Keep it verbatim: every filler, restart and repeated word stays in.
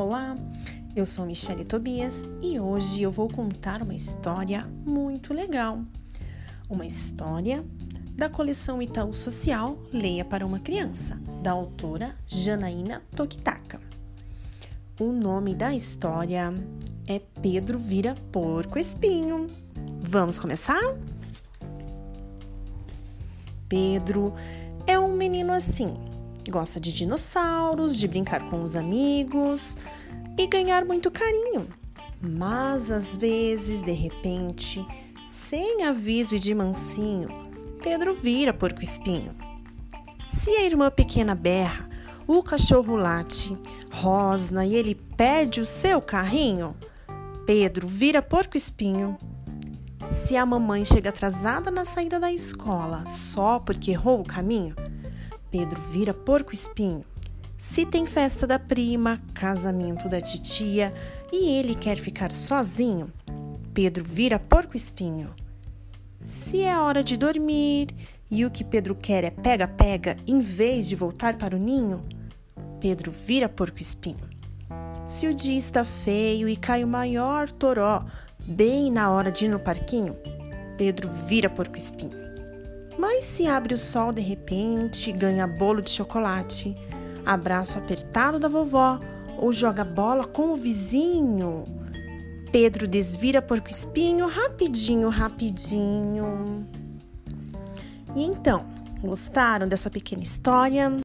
Olá, eu sou Michele Tobias e hoje eu vou contar uma história muito legal. Uma história da coleção Itaú Social Leia para uma Criança, da autora Janaína Tokitaka. O nome da história é Pedro Vira Porco Espinho. Vamos começar? Pedro é um menino assim. Gosta de dinossauros, de brincar com os amigos e ganhar muito carinho. Mas às vezes, de repente, sem aviso e de mansinho, Pedro vira porco espinho. Se a irmã pequena berra, o cachorro late, rosna e ele perde o seu carrinho, Pedro vira porco espinho. Se a mamãe chega atrasada na saída da escola só porque errou o caminho, Pedro vira porco espinho. Se tem festa da prima, casamento da titia e ele quer ficar sozinho, Pedro vira porco espinho. Se é hora de dormir e o que Pedro quer é pega-pega em vez de voltar para o ninho, Pedro vira porco espinho. Se o dia está feio e cai o maior toró bem na hora de ir no parquinho, Pedro vira porco espinho. Mas se abre o sol de repente, ganha bolo de chocolate, abraço apertado da vovó ou joga bola com o vizinho, Pedro desvira porco espinho rapidinho, rapidinho. E então, gostaram dessa pequena história?